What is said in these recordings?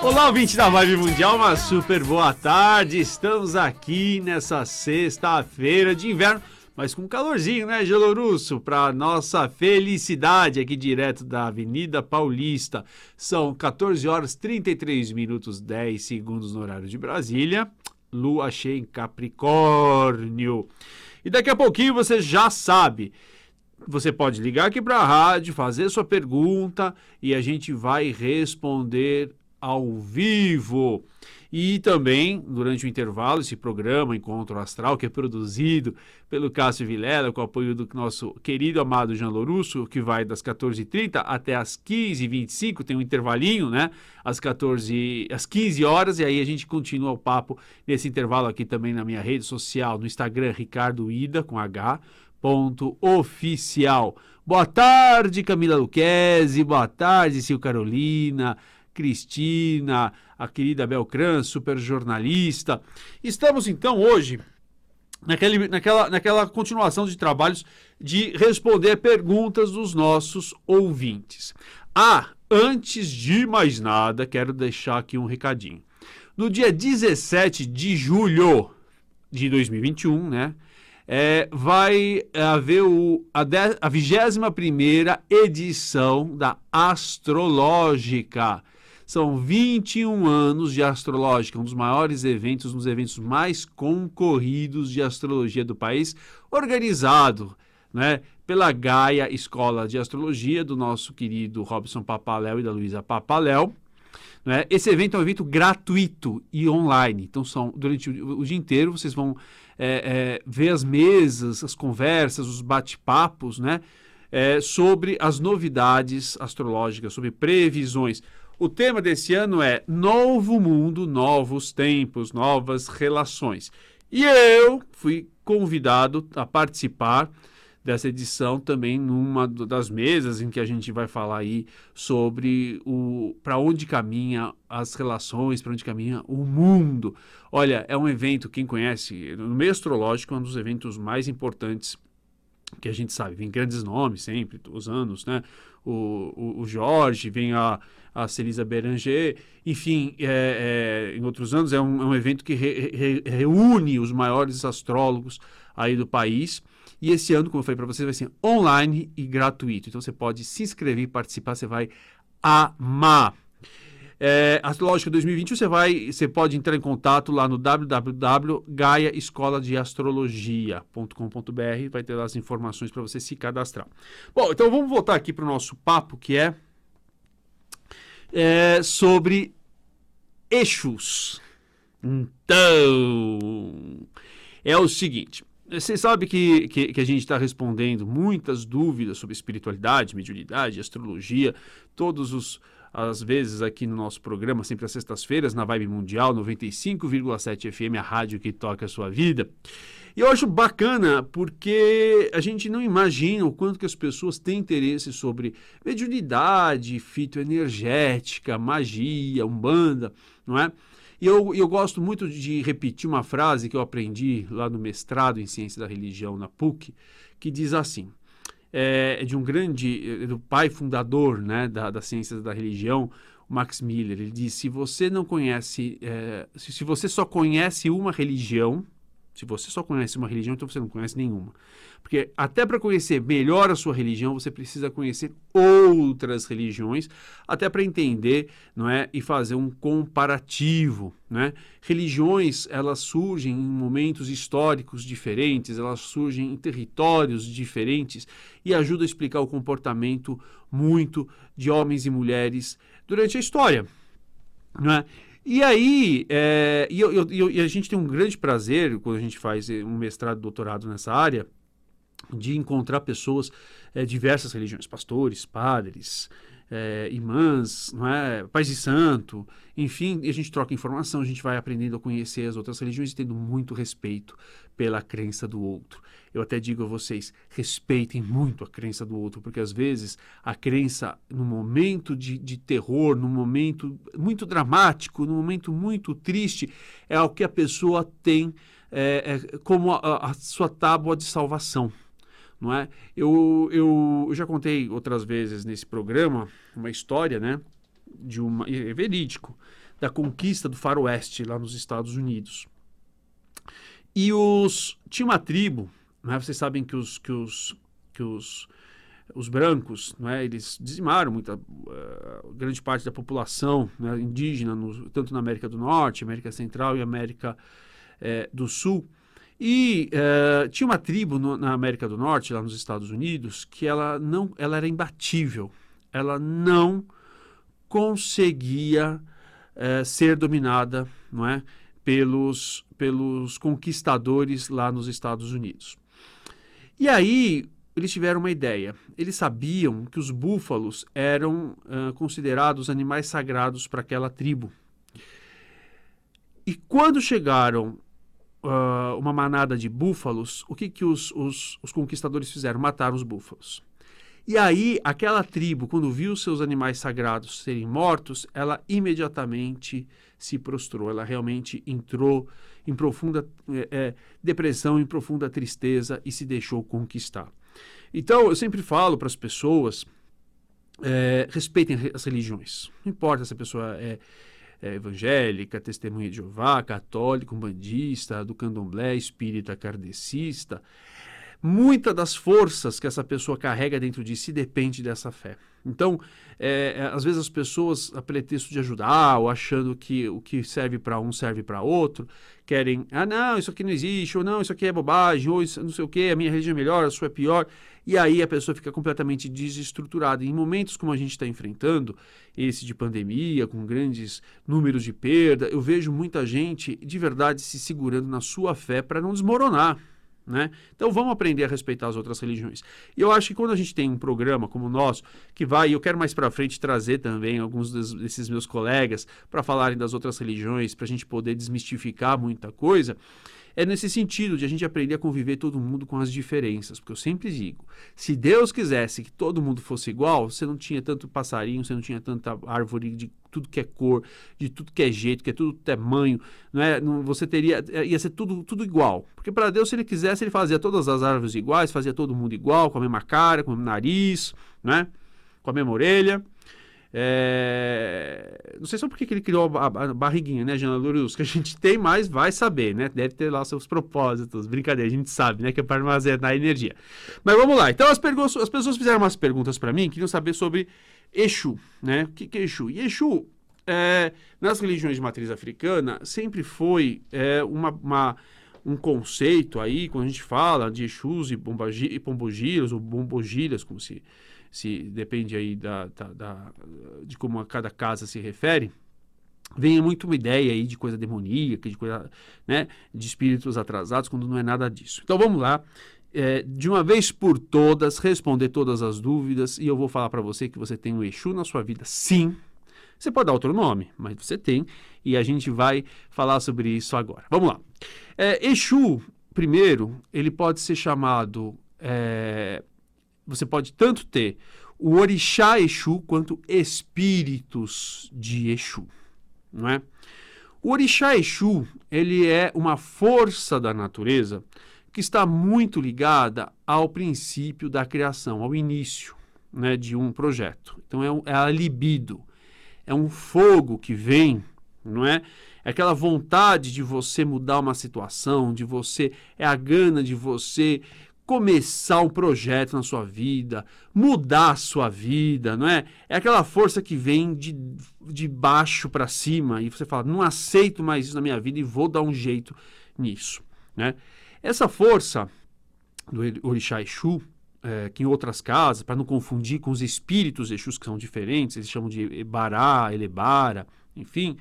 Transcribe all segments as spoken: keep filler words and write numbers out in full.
Olá, ouvinte da Vibe Mundial, uma super boa tarde. Estamos aqui nessa sexta-feira de inverno, mas com calorzinho, né, Gelorusso? Para nossa felicidade aqui direto da Avenida Paulista. São quatorze horas, trinta e três minutos, dez segundos no horário de Brasília. Lua cheia em Capricórnio. E daqui a pouquinho você já sabe. Você pode ligar aqui para a rádio, fazer sua pergunta e a gente vai responder ao vivo. E também, durante o intervalo, esse programa Encontro Astral, que é produzido pelo Cássio Vilela, com o apoio do nosso querido amado Jean Lorusso, que vai das quatorze e trinta até as quinze e vinte e cinco, tem um intervalinho, né? Às quatorze, às quinze horas, e aí a gente continua o papo nesse intervalo aqui também na minha rede social, no Instagram, Ricardo Ida, com H, ponto oficial. Boa tarde, Camila Luquezzi, boa tarde, Sil Carolina, Cristina, a querida Belcrã, super jornalista. Estamos então hoje naquele, naquela, naquela continuação de trabalhos de responder perguntas dos nossos ouvintes. Ah, antes de mais nada, quero deixar aqui um recadinho. No dia dezessete de julho de dois mil e vinte e um, né? É, vai haver o, a vigésima primeira edição da Astrológica. São vinte e um anos de Astrológica, um dos maiores eventos, um dos eventos mais concorridos de astrologia do país, organizado, né, pela Gaia Escola de Astrologia, do nosso querido Robson Papaléu e da Luísa Papaléu. Né? Esse evento é um evento gratuito e online, então são, durante o, o dia inteiro vocês vão é, é, ver as mesas, as conversas, os bate-papos, né? É, sobre as novidades astrológicas, sobre previsões. O tema desse ano é Novo Mundo, Novos Tempos, Novas Relações. E eu fui convidado a participar dessa edição também numa das mesas em que a gente vai falar aí sobre o para onde caminha as relações, para onde caminha o mundo. Olha, é um evento, quem conhece, no meio astrológico, é um dos eventos mais importantes que a gente sabe. Vem grandes nomes sempre, os anos, né? O, o, o Jorge, vem a, a Celisa Beranger, enfim, é, é, em outros anos é um, é um evento que re, re, reúne os maiores astrólogos aí do país. E esse ano, como eu falei para vocês, vai ser online e gratuito. Então você pode se inscrever e participar, você vai amar. É, Astrológica dois mil e vinte e um, você, vai, você pode entrar em contato lá no w w w ponto gaia escola de astrologia ponto com ponto b r, vai ter lá as informações para você se cadastrar. Bom, então vamos voltar aqui para o nosso papo, que é, é sobre eixos. Então, é o seguinte... Você sabe que, que, que a gente está respondendo muitas dúvidas sobre espiritualidade, mediunidade, astrologia, todas os, as vezes aqui no nosso programa, sempre às sextas-feiras, na Vibe Mundial, noventa e cinco vírgula sete F M, a rádio que toca a sua vida. E eu acho bacana porque a gente não imagina o quanto que as pessoas têm interesse sobre mediunidade, fitoenergética, magia, umbanda, não é? E eu, eu gosto muito de repetir uma frase que eu aprendi lá no mestrado em Ciência da Religião na P U C, que diz assim, é de um grande, do pai fundador, né, da, da Ciência da Religião, o Max Miller. Ele diz, se você não conhece, é, se, se você só conhece uma religião, se você só conhece uma religião, então você não conhece nenhuma. Porque até para conhecer melhor a sua religião, você precisa conhecer outras religiões, até para entender, não é, e fazer um comparativo, né? Religiões, elas surgem em momentos históricos diferentes, elas surgem em territórios diferentes e ajudam a explicar o comportamento muito de homens e mulheres durante a história, não é? E aí, é, e, eu, eu, e a gente tem um grande prazer, quando a gente faz um mestrado, doutorado nessa área, de encontrar pessoas é, diversas religiões, pastores, padres, é, imãs, não é? Pais de santo, enfim, e a gente troca informação, a gente vai aprendendo a conhecer as outras religiões e tendo muito respeito pela crença do outro. Eu até digo a vocês, respeitem muito a crença do outro, porque às vezes a crença, no momento de, de terror, num momento muito dramático, num momento muito triste, é o que a pessoa tem é, é, como a, a sua tábua de salvação. Não é? eu, eu, eu já contei outras vezes nesse programa uma história, né, de uma, é verídico, da conquista do faroeste lá nos Estados Unidos. E os, tinha uma tribo, né? Vocês sabem que os, que os, que os, os brancos, né? Eles dizimaram muita, uh, grande parte da população, né? Indígena, no, tanto na América do Norte, América Central e América eh, do Sul. E uh, tinha uma tribo no, na América do Norte, lá nos Estados Unidos, que ela, não, ela era imbatível. Ela não conseguia uh, ser dominada, não é? pelos, pelos conquistadores lá nos Estados Unidos. E aí eles tiveram uma ideia. Eles sabiam que os búfalos eram uh, considerados animais sagrados para aquela tribo. E quando chegaram uh, uma manada de búfalos, o que, que os, os, os conquistadores fizeram? Mataram os búfalos. E aí, aquela tribo, quando viu seus animais sagrados serem mortos, ela imediatamente se prostrou. Ela realmente entrou em profunda é, é, depressão, em profunda tristeza e se deixou conquistar. Então, eu sempre falo para as pessoas, é, respeitem as religiões. Não importa se a pessoa é, é evangélica, testemunha de Jeová, católica, umbandista, do candomblé, espírita, kardecista. Muitas das forças que essa pessoa carrega dentro de si depende dessa fé. Então, é, é, às vezes as pessoas, a pretexto de ajudar, ou achando que o que serve para um serve para outro, querem, ah, não, isso aqui não existe, ou não, isso aqui é bobagem, ou isso, não sei o quê, a minha religião é melhor, a sua é pior. E aí a pessoa fica completamente desestruturada. Em momentos como a gente está enfrentando, esse de pandemia, com grandes números de perda, eu vejo muita gente de verdade se segurando na sua fé para não desmoronar. Né? Então vamos aprender a respeitar as outras religiões. E eu acho que quando a gente tem um programa como o nosso, que vai, e eu quero mais para frente trazer também alguns des, desses meus colegas para falarem das outras religiões, para a gente poder desmistificar muita coisa, é nesse sentido de a gente aprender a conviver todo mundo com as diferenças, porque eu sempre digo, se Deus quisesse que todo mundo fosse igual, você não tinha tanto passarinho, você não tinha tanta árvore de tudo que é cor, de tudo que é jeito, que é tudo tamanho, não é? Não, você teria, ia ser tudo, tudo igual, porque para Deus, se Ele quisesse, Ele fazia todas as árvores iguais, fazia todo mundo igual, com a mesma cara, com o mesmo nariz, né? Com a mesma orelha. É... Não sei só porque que ele criou a, a barriguinha, né, Jana Lurus, que a gente tem, mas vai saber, né? Deve ter lá seus propósitos, brincadeira, a gente sabe, né? Que é para armazenar energia. Mas vamos lá. Então as, perguntas, as pessoas fizeram umas perguntas para mim, queriam saber sobre Exu, né? O que, que é Exu? E Exu, é, nas religiões de matriz africana, sempre foi é, uma, uma, um conceito aí, quando a gente fala de Exus e, e pombogiras, ou bombogiras, como se... se depende aí da, da, da, de como a cada casa se refere, vem muito uma ideia aí de coisa demoníaca, de coisa, né, de espíritos atrasados, quando não é nada disso. Então vamos lá, é, de uma vez por todas, responder todas as dúvidas, e eu vou falar para você que você tem um Exu na sua vida, sim. Você pode dar outro nome, mas você tem, e a gente vai falar sobre isso agora. Vamos lá. É, Exu, primeiro, ele pode ser chamado... É, você pode tanto ter o orixá Exu quanto espíritos de Exu, não é? O orixá Exu, ele é uma força da natureza que está muito ligada ao princípio da criação, ao início, né, de um projeto. Então é, um, é a libido, é um fogo que vem, não é? É aquela vontade de você mudar uma situação, de você, é a gana de você começar um projeto na sua vida, mudar a sua vida, não é? É aquela força que vem de, de baixo para cima e você fala, não aceito mais isso na minha vida e vou dar um jeito nisso, né? Essa força do orixá Exu, é, que em outras casas, para não confundir com os espíritos Exus que são diferentes, eles chamam de Ebará, Elebara, enfim,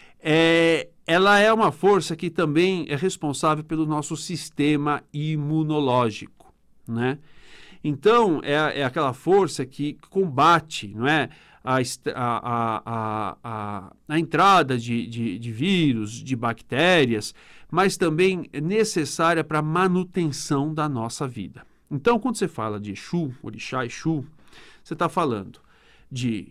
é, ela é uma força que também é responsável pelo nosso sistema imunológico, né? Então, é, é aquela força que combate, não é, a, a, a, a, a entrada de, de, de vírus, de bactérias, mas também é necessária para a manutenção da nossa vida. Então, quando você fala de Exu, orixá Exu, você está falando de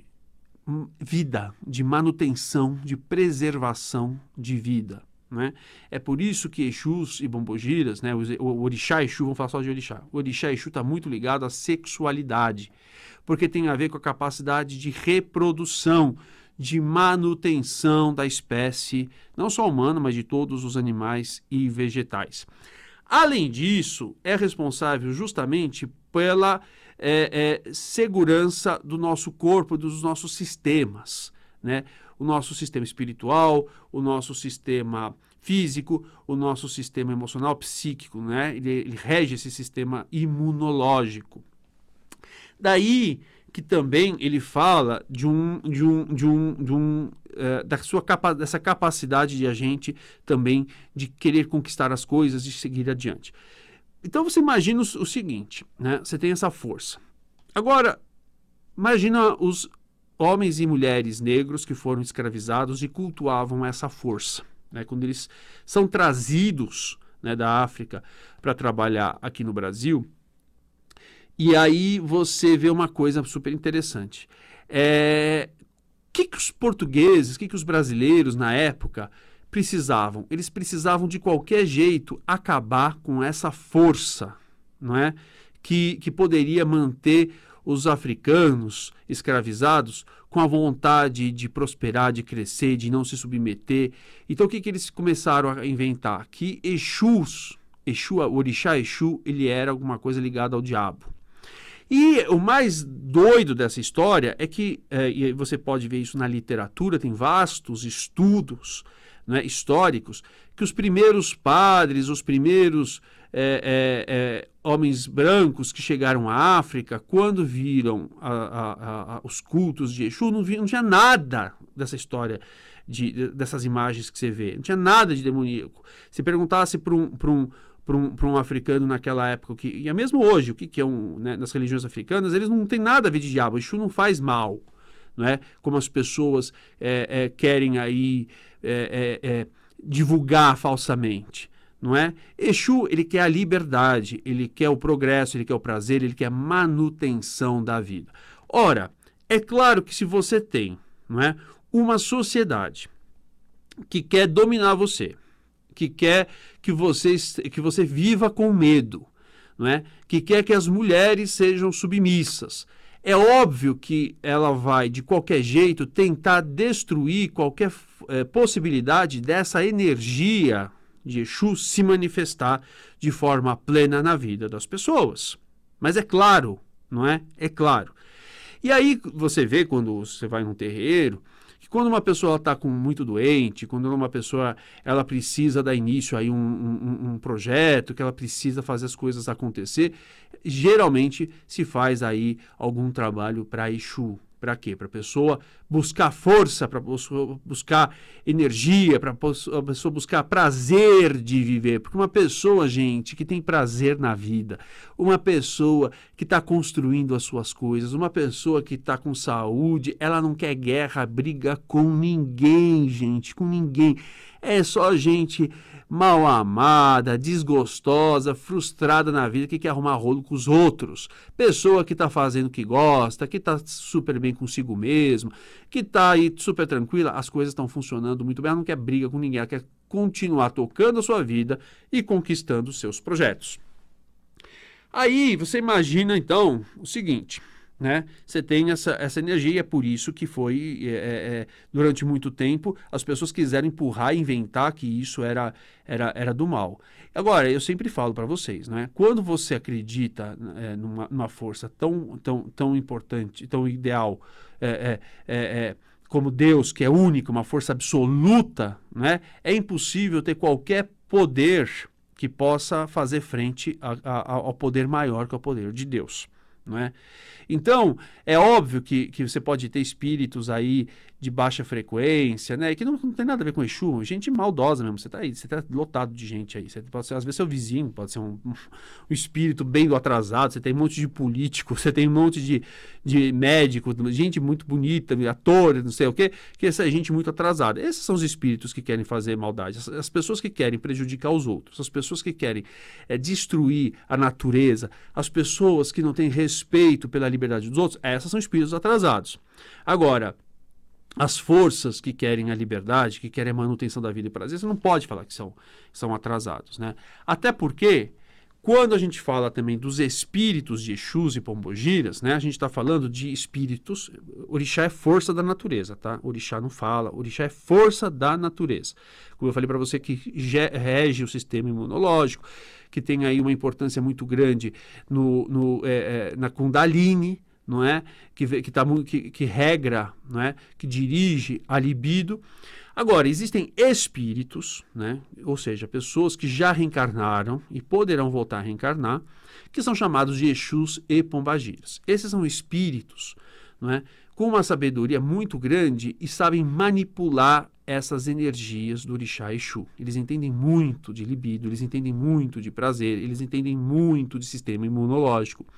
vida, de manutenção, de preservação de vida, né? É por isso que Exus e bombogiras, né, o orixá Exu, vamos falar só de orixá, o orixá Exu está muito ligado à sexualidade, porque tem a ver com a capacidade de reprodução, de manutenção da espécie, não só humana, mas de todos os animais e vegetais. Além disso, é responsável justamente pela é, é, segurança do nosso corpo, dos nossos sistemas, né? O nosso sistema espiritual, o nosso sistema físico, o nosso sistema emocional, psíquico, né? Ele, ele rege esse sistema imunológico. Daí que também ele fala de um, de um, de um, de um uh, da sua capa, dessa capacidade de a gente também de querer conquistar as coisas e seguir adiante. Então você imagina o, o seguinte, né? Você tem essa força. Agora, imagina os homens e mulheres negros que foram escravizados e cultuavam essa força, né? Quando eles são trazidos, né, da África para trabalhar aqui no Brasil. E aí você vê uma coisa super interessante. É, o que, que os portugueses, o que, que os brasileiros na época precisavam? Eles precisavam de qualquer jeito acabar com essa força, não é? Que, que poderia manter os africanos escravizados com a vontade de prosperar, de crescer, de não se submeter. Então o que, que eles começaram a inventar? Que Exus, Exu, o orixá Exu, ele era alguma coisa ligada ao diabo. E o mais doido dessa história é que, é, e você pode ver isso na literatura, tem vastos estudos, né, históricos, que os primeiros padres, os primeiros é, é, é, homens brancos que chegaram à África, quando viram a, a, a, os cultos de Exu, não, vi, não tinha nada dessa história, de, dessas imagens que você vê, não tinha nada de demoníaco. Se perguntasse para um... Pra um para um, para um africano naquela época, que, e é mesmo hoje, o que, que é um, né, nas religiões africanas, eles não têm nada a ver de diabo, Exu não faz mal, não é? Como as pessoas é, é, querem aí é, é, é, divulgar falsamente, não é? Exu, ele quer a liberdade, ele quer o progresso, ele quer o prazer, ele quer a manutenção da vida. Ora, é claro que se você tem, não é, uma sociedade que quer dominar você, que quer que você, que você viva com medo, não é? Que quer que as mulheres sejam submissas. É óbvio que ela vai, de qualquer jeito, tentar destruir qualquer é, possibilidade dessa energia de Exu se manifestar de forma plena na vida das pessoas. Mas é claro, não é? É claro. E aí você vê, quando você vai num terreiro, que quando uma pessoa está muito doente, quando uma pessoa ela precisa dar início a um, um, um projeto, que ela precisa fazer as coisas acontecer, geralmente se faz aí algum trabalho para Exu. Para quê? Para a pessoa buscar força, para a pessoa buscar energia, para a pessoa buscar prazer de viver. Porque uma pessoa, gente, que tem prazer na vida, uma pessoa que está construindo as suas coisas, uma pessoa que está com saúde, ela não quer guerra, briga com ninguém, gente, com ninguém. É só gente mal amada, desgostosa, frustrada na vida, que quer arrumar rolo com os outros. Pessoa que está fazendo o que gosta, que está super bem consigo mesmo, que está aí super tranquila, as coisas estão funcionando muito bem, ela não quer briga com ninguém, ela quer continuar tocando a sua vida e conquistando os seus projetos. Aí você imagina então o seguinte, né? Você tem essa, essa energia, é por isso que foi, é, é, durante muito tempo, as pessoas quiseram empurrar e inventar que isso era, era, era do mal. Agora, eu sempre falo para vocês, né? Quando você acredita é, numa, numa força tão, tão, tão importante, tão ideal, é, é, é, como Deus, que é único, uma força absoluta, né? É impossível ter qualquer poder que possa fazer frente a, a, ao poder maior, que é o poder de Deus. Não é? Então, é óbvio que, que você pode ter espíritos aí de baixa frequência, né? Que não, não tem nada a ver com Exu, gente maldosa mesmo. Você tá aí, você tá lotado de gente aí. Você pode ser, às vezes, seu vizinho, pode ser um, um, um espírito bem do atrasado. Você tem um monte de político, você tem um monte de, de médico, gente muito bonita, ator, não sei o quê, que essa é gente muito atrasada. Esses são os espíritos que querem fazer maldade. As, as pessoas que querem prejudicar os outros, as pessoas que querem é, destruir a natureza, as pessoas que não têm respeito pela liberdade dos outros, essas são espíritos atrasados. Agora, as forças que querem a liberdade, que querem a manutenção da vida e prazer, você não pode falar que são, são atrasados, né? Até porque, Quando a gente fala também dos espíritos de Exus e Pombogiras, né, a gente está falando de espíritos. Orixá é força da natureza, tá? Orixá não fala, orixá é força da natureza. Como eu falei para você, que rege o sistema imunológico, que tem aí uma importância muito grande no, no, é, é, na Kundalini, não é? Que, que, tá, que, que regra, não é? Que dirige a libido. Agora, existem espíritos, né? Ou seja, pessoas que já reencarnaram e poderão voltar a reencarnar, que são chamados de Exus e Pombagiras. Esses são espíritos, não é? Com uma sabedoria muito grande e sabem manipular essas energias do orixá Exu. Eles entendem muito de libido, eles entendem muito de prazer, eles entendem muito de sistema imunológico.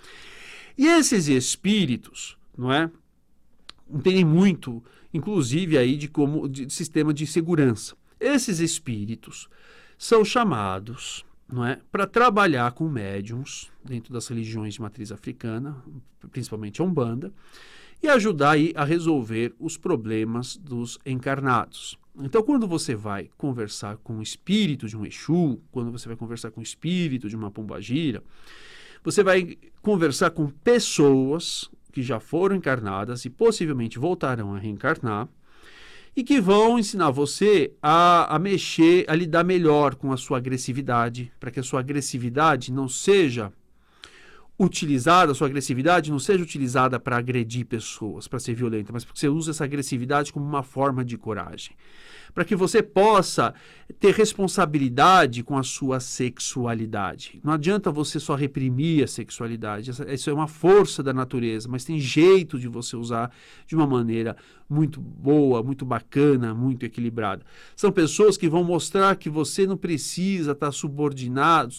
E esses espíritos, não é? Entendem muito, inclusive aí de como de sistema de segurança. Esses espíritos são chamados, não é, para trabalhar com médiums dentro das religiões de matriz africana, principalmente a Umbanda, e ajudar aí a resolver os problemas dos encarnados. Então, quando você vai conversar com o espírito de um Exu, quando você vai conversar com o espírito de uma Pombagira, você vai conversar com pessoas que já foram encarnadas e possivelmente voltarão a reencarnar e que vão ensinar você a, a mexer, a lidar melhor com a sua agressividade, para que a sua agressividade não seja utilizada, a sua agressividade não seja utilizada para agredir pessoas, para ser violenta, mas porque você usa essa agressividade como uma forma de coragem. Para que você possa ter responsabilidade com a sua sexualidade. Não adianta você só reprimir a sexualidade, essa, isso é uma força da natureza, mas tem jeito de você usar de uma maneira muito boa, muito bacana, muito equilibrada. São pessoas que vão mostrar que você não precisa estar subordinado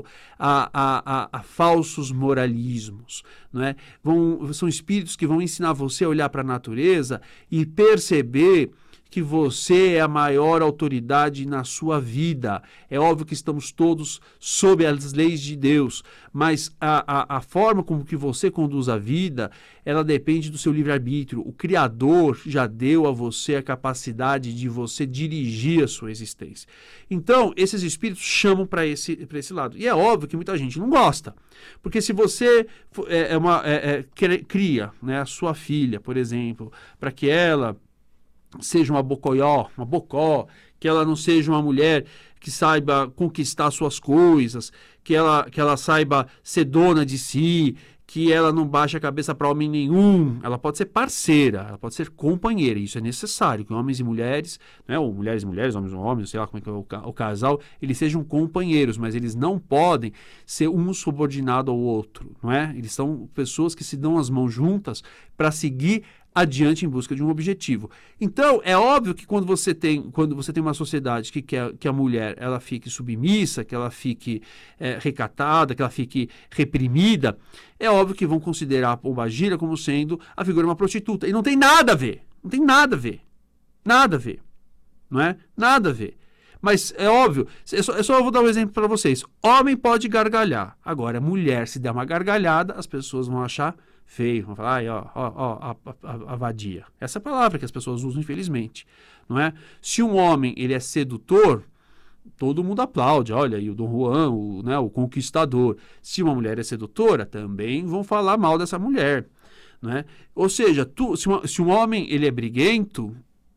a, a, a, a falsos moralismos. Não é? Vão, são espíritos que vão ensinar você a olhar para a natureza e perceber que você é a maior autoridade na sua vida. É óbvio que estamos todos sob as leis de Deus, mas a, a, a forma como que você conduz a vida, ela depende do seu livre-arbítrio. O Criador já deu a você a capacidade de você dirigir a sua existência. Então, esses espíritos chamam para esse, para esse lado. E é óbvio que muita gente não gosta, porque se você é, é uma, é, é, cria, né, a sua filha, por exemplo, para que ela seja uma bocoió, uma bocó, que ela não seja uma mulher que saiba conquistar suas coisas, que ela, que ela saiba ser dona de si, que ela não baixe a cabeça para homem nenhum. Ela pode ser parceira, ela pode ser companheira, isso é necessário, que homens e mulheres, né, ou mulheres e mulheres, homens e homens, sei lá como é que é o, o casal, eles sejam companheiros, mas eles não podem ser um subordinado ao outro, não é? Eles são pessoas que se dão as mãos juntas para seguir adiante em busca de um objetivo. Então, é óbvio que quando você tem, quando você tem uma sociedade que quer que a mulher ela fique submissa, que ela fique é, recatada, que ela fique reprimida, é óbvio que vão considerar a Pombagira como sendo a figura de uma prostituta. E não tem nada a ver. Não tem nada a ver. Nada a ver. Não é? Nada a ver. Mas é óbvio, eu só, eu só vou dar um exemplo para vocês. Homem pode gargalhar. Agora, mulher, se der uma gargalhada, as pessoas vão achar feio, vão falar, ai, ó, ó, ó, a, a, a vadia. Essa é a palavra que as pessoas usam, infelizmente, não é? Se um homem, ele é sedutor, todo mundo aplaude, olha aí o Dom Juan, o, né, o conquistador. Se uma mulher é sedutora, também vão falar mal dessa mulher, não é? Ou seja, tu, se, uma, se um homem, ele é briguento,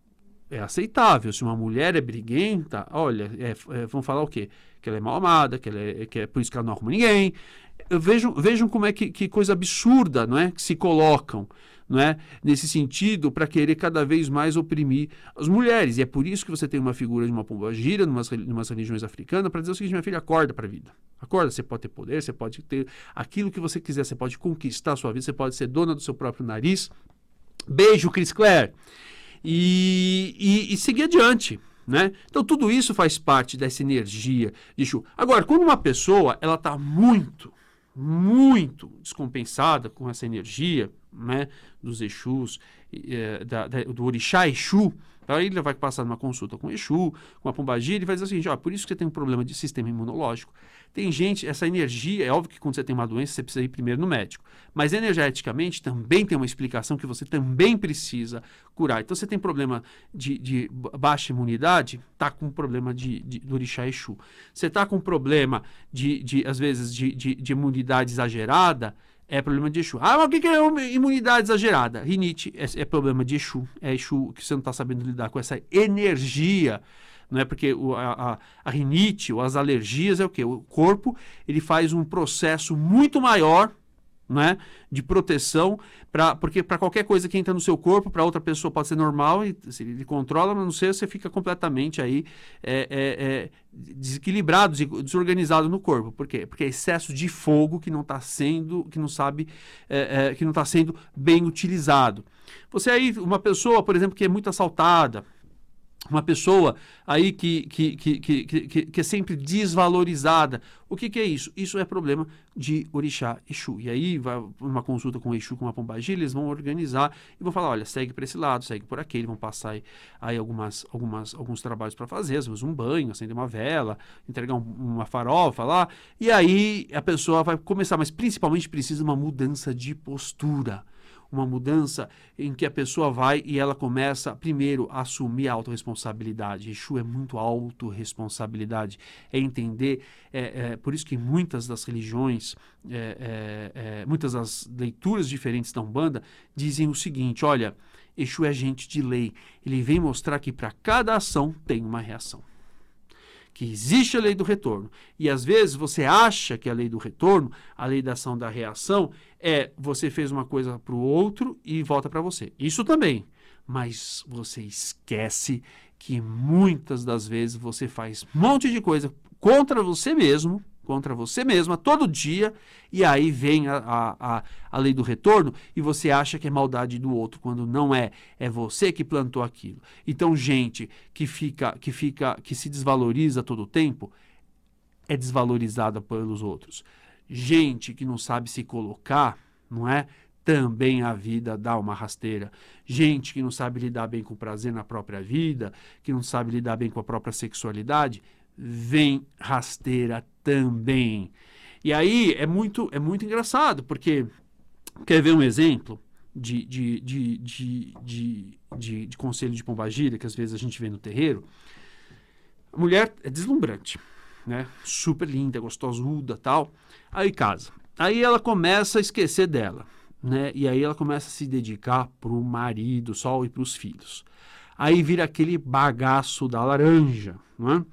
é aceitável. Se uma mulher é briguenta, olha, é, é, vão falar o quê? Que ela é mal amada, que, ela é, que é por isso que ela não arruma ninguém. Vejam, vejam como é que, que coisa absurda, não é? Que se colocam, não é? Nesse sentido, para querer cada vez mais oprimir as mulheres. E é por isso que você tem uma figura de uma pombagira, numas, numas religiões africanas, para dizer o seguinte: minha filha, acorda para a vida. Acorda, você pode ter poder, você pode ter aquilo que você quiser, você pode conquistar a sua vida, você pode ser dona do seu próprio nariz. Beijo, Cris Clare. E, e, e seguir adiante, né? Então tudo isso faz parte dessa energia de Exu. Agora, quando uma pessoa ela está muito, muito descompensada com essa energia, né, dos Exus, é, da, da, do Orixá Exu. Aí ele vai passar numa consulta com o Exu, com a Pombagira, e vai dizer o seguinte, ó, por isso que você tem um problema de sistema imunológico. Tem gente, essa energia, é óbvio que quando você tem uma doença, você precisa ir primeiro no médico. Mas energeticamente também tem uma explicação que você também precisa curar. Então você tem problema de, de baixa imunidade, tá com problema de, de, do Orixá Exu. Você tá com problema de, de às vezes, de, de, de imunidade exagerada, é problema de Exu. Ah, mas o que é imunidade exagerada? Rinite é, é problema de Exu. É Exu que você não está sabendo lidar com essa energia. Não é porque o, a, a, a rinite ou as alergias é o quê? O corpo ele faz um processo muito maior, né, de proteção, pra, porque para qualquer coisa que entra no seu corpo, para outra pessoa pode ser normal, e se ele controla, mas não sei, você fica completamente aí é, é, é, desequilibrado, desorganizado no corpo. Por quê? Porque é excesso de fogo que não está sendo, que não sabe, é, é, que não está sendo bem utilizado. Você aí, uma pessoa, por exemplo, que é muito assaltada, uma pessoa aí que, que, que, que, que, que é sempre desvalorizada. O que, que é isso? Isso é problema de Orixá Exu. E aí, vai uma consulta com o Exu, com uma Pombagira, eles vão organizar e vão falar, olha, segue para esse lado, segue por aquele, vão passar aí, aí algumas, algumas, alguns trabalhos para fazer, às vezes um banho, acender uma vela, entregar um, uma farofa lá, e aí a pessoa vai começar, mas principalmente precisa de uma mudança de postura. Uma mudança em que a pessoa vai e ela começa, primeiro, a assumir a autorresponsabilidade. Exu é muito autorresponsabilidade. É entender, é, é, por isso que muitas das religiões, é, é, é, muitas das leituras diferentes da Umbanda dizem o seguinte, olha, Exu é agente de lei. Ele vem mostrar que para cada ação tem uma reação. Que existe a lei do retorno. E às vezes você acha que a lei do retorno, a lei da ação da reação, é você fez uma coisa para o outro e volta para você. Isso também. Mas você esquece que muitas das vezes você faz um monte de coisa contra você mesmo, contra você mesma, todo dia, e aí vem a, a, a lei do retorno e você acha que é maldade do outro, quando não é. É você que plantou aquilo. Então, gente que fica, que fica, que se desvaloriza todo o tempo, é desvalorizada pelos outros. Gente que não sabe se colocar, não é? Também a vida dá uma rasteira. Gente que não sabe lidar bem com o prazer na própria vida, que não sabe lidar bem com a própria sexualidade, vem rasteira também. E aí é muito, é muito engraçado, porque quer ver um exemplo de, de, de, de, de, de, de conselho de Pombagira, que às vezes a gente vê no terreiro? A mulher é deslumbrante, né? Super linda, gostosuda, tal. Aí casa. Aí ela começa a esquecer dela, né? E aí ela começa a se dedicar pro marido só e pros filhos. Aí vira aquele bagaço da laranja, não é?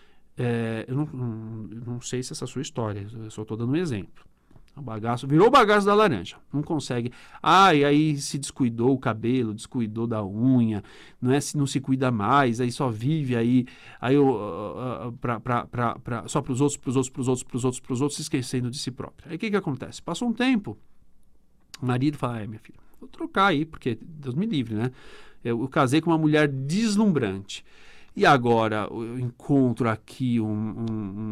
É, eu não, não, não sei se essa é a sua história, eu só estou dando um exemplo. O bagaço, virou o bagaço da laranja, não consegue. Ah, e aí se descuidou o cabelo, descuidou da unha, não é, se não se cuida mais, aí só vive aí, aí uh, uh, pra, pra, pra, pra, só para os outros, para os outros, para os outros, para os outros, para os outros, se esquecendo de si próprio. Aí o que, que acontece? Passou um tempo, o marido fala, é, minha filha, vou trocar aí, porque Deus me livre, né? Eu, eu casei com uma mulher deslumbrante. E agora eu encontro aqui um, um,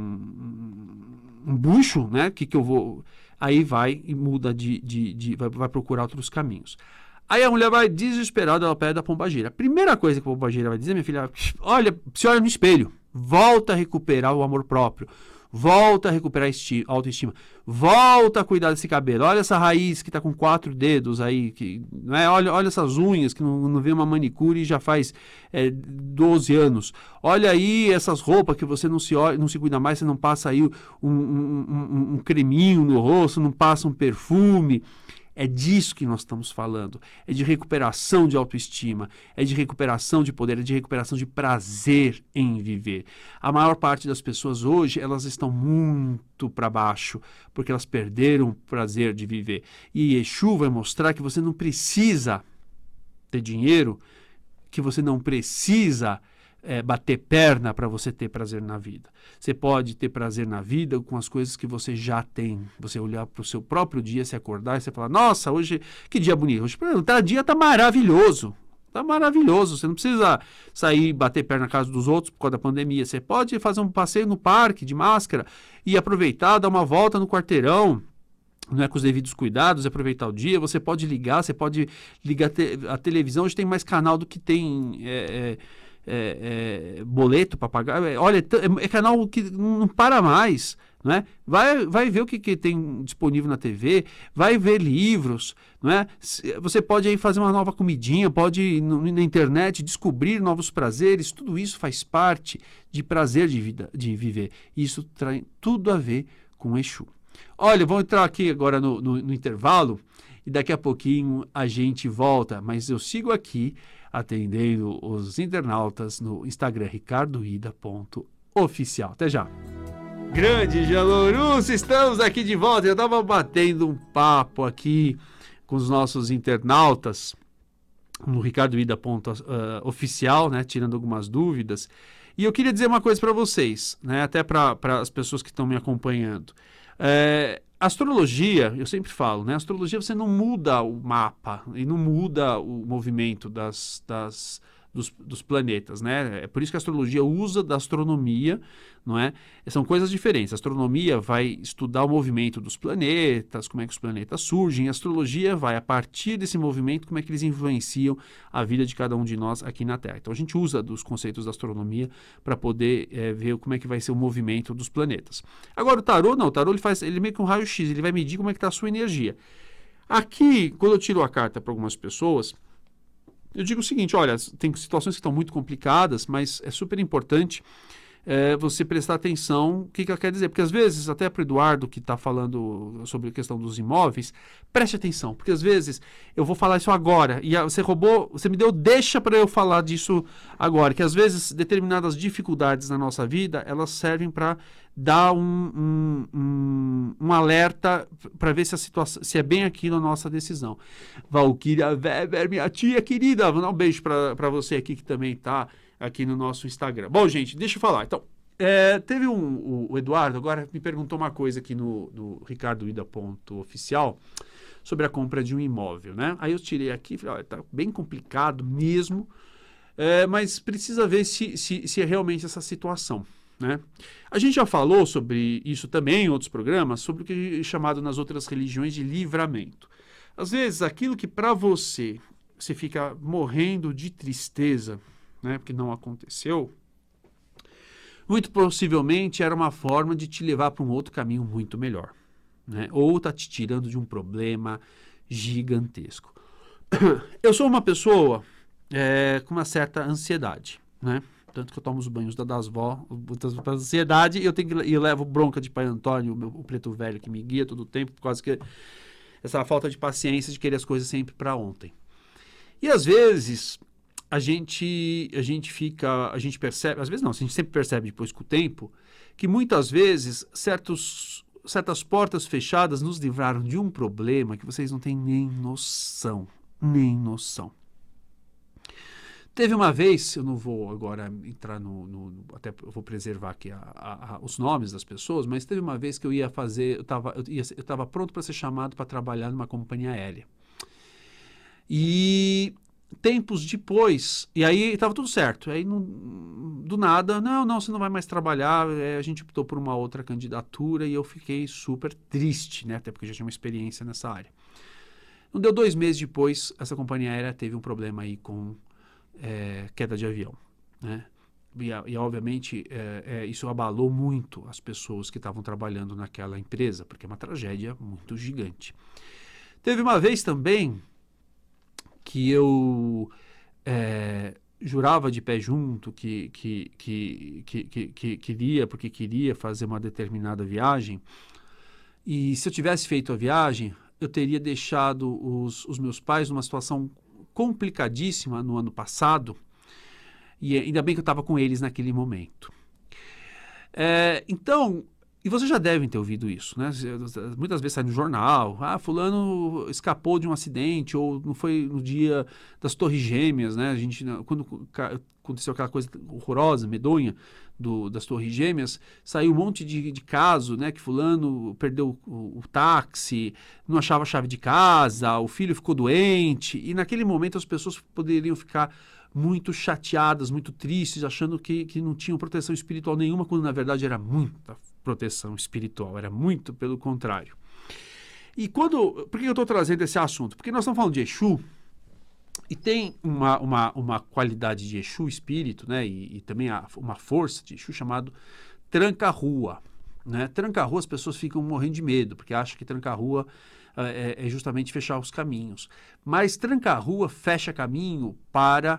um, um bucho, né? Que, que eu vou. Aí vai e muda de. de, de vai, vai procurar outros caminhos. Aí a mulher vai desesperada ao pé da Pombagira. A primeira coisa que a Pombagira vai dizer, minha filha, olha, se olha no espelho, volta a recuperar o amor próprio. Volta a recuperar a autoestima. Volta a cuidar desse cabelo. Olha essa raiz que está com quatro dedos aí. Que, não é? olha, olha essas unhas que não, não vê uma manicure e já faz é, doze anos. Olha aí essas roupas que você não se, olha, não se cuida mais. Você não passa aí um, um, um, um creminho no rosto, não passa um perfume. É disso que nós estamos falando. É de recuperação de autoestima, é de recuperação de poder, é de recuperação de prazer em viver. A maior parte das pessoas hoje, elas estão muito para baixo, porque elas perderam o prazer de viver. E Exu vai mostrar que você não precisa ter dinheiro, que você não precisa É, bater perna para você ter prazer na vida. Você pode ter prazer na vida com as coisas que você já tem. Você olhar para o seu próprio dia, se acordar e você falar, nossa, hoje, que dia bonito. Hoje, o dia está maravilhoso. Está maravilhoso. Você não precisa sair e bater perna na casa dos outros por causa da pandemia. Você pode fazer um passeio no parque de máscara e aproveitar, dar uma volta no quarteirão, não é com os devidos cuidados, é aproveitar o dia, você pode ligar, você pode ligar te, a televisão, hoje tem mais canal do que tem é, é, é, boleto para pagar. É, olha, é, é canal que não para mais, não é? Vai, vai ver o que, que tem disponível na T V, vai ver livros, não é? Você pode aí fazer uma nova comidinha, pode ir no, na internet descobrir novos prazeres, tudo isso faz parte de prazer de, vida, de viver. Isso tem tudo a ver com Exu. Olha, vamos entrar aqui agora no, no, no intervalo e daqui a pouquinho a gente volta, mas eu sigo aqui atendendo os internautas no Instagram ricardo ida ponto oficial. Até já! Grande Jalorus, estamos aqui de volta. Eu estava batendo um papo aqui com os nossos internautas no ricardo ida ponto oficial, né, tirando algumas dúvidas. E eu queria dizer uma coisa para vocês, né, até para as pessoas que estão me acompanhando. É, astrologia, eu sempre falo, né? Astrologia você não muda o mapa e não muda o movimento das, das, dos, dos planetas, né? É por isso que a astrologia usa da astronomia, não é? São coisas diferentes. A astronomia vai estudar o movimento dos planetas, como é que os planetas surgem. A astrologia vai, a partir desse movimento, como é que eles influenciam a vida de cada um de nós aqui na Terra. Então a gente usa dos conceitos da astronomia para poder é, ver como é que vai ser o movimento dos planetas. Agora o tarô, não, o tarô ele faz, ele é meio que um raio-x, ele vai medir como é que está a sua energia. Aqui, quando eu tiro a carta para algumas pessoas, eu digo o seguinte, olha, tem situações que estão muito complicadas, mas é super importante é, você prestar atenção o que, que ela quer dizer. Porque às vezes, até para o Eduardo, que está falando sobre a questão dos imóveis, preste atenção, porque às vezes eu vou falar isso agora, e você roubou, você me deu deixa para eu falar disso agora, que às vezes determinadas dificuldades na nossa vida, elas servem para dar um, um, um, um alerta para ver se a situação, se é bem aquilo a nossa decisão. Valquíria Weber, minha tia querida, vou dar um beijo para você aqui que também está aqui no nosso Instagram. Bom, gente, deixa eu falar. Então, é, teve um, o, o Eduardo agora me perguntou uma coisa aqui no, no ricardo ida ponto oficial sobre a compra de um imóvel, né? Aí eu tirei aqui e falei, olha, tá bem complicado mesmo, é, mas precisa ver se, se, se é realmente essa situação, né? A gente já falou sobre isso também em outros programas, sobre o que é chamado nas outras religiões de livramento. Às vezes, aquilo que para você, você fica morrendo de tristeza, né, porque não aconteceu, muito possivelmente era uma forma de te levar para um outro caminho muito melhor, né? Ou está te tirando de um problema gigantesco. Eu sou uma pessoa é, com uma certa ansiedade, né? Tanto que eu tomo os banhos da das vó, para ansiedade, eu tenho que, eu levo bronca de Pai Antônio, o, meu, o preto velho que me guia todo o tempo, por causa que essa falta de paciência de querer as coisas sempre para ontem. E às vezes a gente, a gente fica, a gente percebe, às vezes não, a gente sempre percebe depois com o tempo, que muitas vezes certos, certas portas fechadas nos livraram de um problema que vocês não têm nem noção, nem noção. Teve uma vez, eu não vou agora entrar no, no até eu vou preservar aqui a, a, a, os nomes das pessoas, mas teve uma vez que eu ia fazer, eu estava eu ia, eu estava pronto para ser chamado para trabalhar numa companhia aérea. E tempos depois, e aí estava tudo certo, aí não, do nada, não, não, você não vai mais trabalhar, é, a gente optou por uma outra candidatura e eu fiquei super triste, né, até porque eu já tinha uma experiência nessa área. Não deu dois meses depois, essa companhia aérea teve um problema aí com é, queda de avião, né, e, e obviamente é, é, isso abalou muito as pessoas que estavam trabalhando naquela empresa, porque é uma tragédia muito gigante. Teve uma vez também que eu é, jurava de pé junto que, que, que, que, que, que queria, porque queria fazer uma determinada viagem, e se eu tivesse feito a viagem, eu teria deixado os, os meus pais numa situação complicadíssima no ano passado, e ainda bem que eu estava com eles naquele momento. É, então, e vocês já devem ter ouvido isso, né? Muitas vezes sai no jornal, ah, fulano escapou de um acidente, ou não foi no dia das Torres Gêmeas, né? A gente, quando aconteceu aquela coisa horrorosa, medonha, do, das Torres Gêmeas, saiu um monte de, de caso, né? Que fulano perdeu o, o táxi, não achava a chave de casa, o filho ficou doente, e naquele momento as pessoas poderiam ficar muito chateadas, muito tristes, achando que, que não tinham proteção espiritual nenhuma, quando na verdade era muita proteção espiritual, era muito pelo contrário. E quando... Por que eu estou trazendo esse assunto? Porque nós estamos falando de Exu, e tem uma, uma, uma qualidade de Exu, espírito, né? E, e também a, uma força de Exu chamado tranca-rua. Né? Tranca-rua, as pessoas ficam morrendo de medo, porque acham que tranca-rua é, é justamente fechar os caminhos. Mas tranca-rua fecha caminho para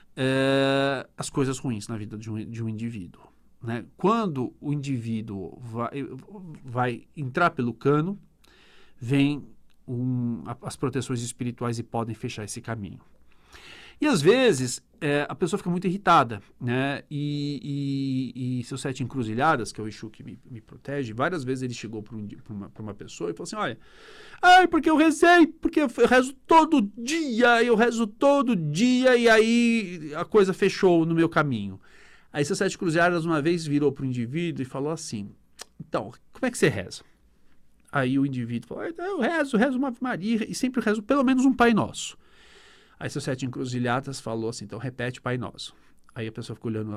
é, as coisas ruins na vida de um, de um indivíduo. Né? Quando o indivíduo vai, vai entrar pelo cano, vem um, as proteções espirituais e podem fechar esse caminho. E às vezes é, a pessoa fica muito irritada, né? E, e, e seus sete encruzilhadas, que é o Exu que me, me protege, várias vezes ele chegou para um, uma, uma pessoa e falou assim, olha, ai, porque eu rezei, porque eu rezo todo dia, eu rezo todo dia e aí a coisa fechou no meu caminho. Aí seus sete encruzilhadas uma vez virou para o indivíduo e falou assim, então, como é que você reza? Aí o indivíduo falou, eu rezo, rezo uma Ave Maria e sempre rezo pelo menos um Pai Nosso. Aí seus sete encruzilhadas falou assim, então repete Pai Nosso. Aí a pessoa ficou olhando,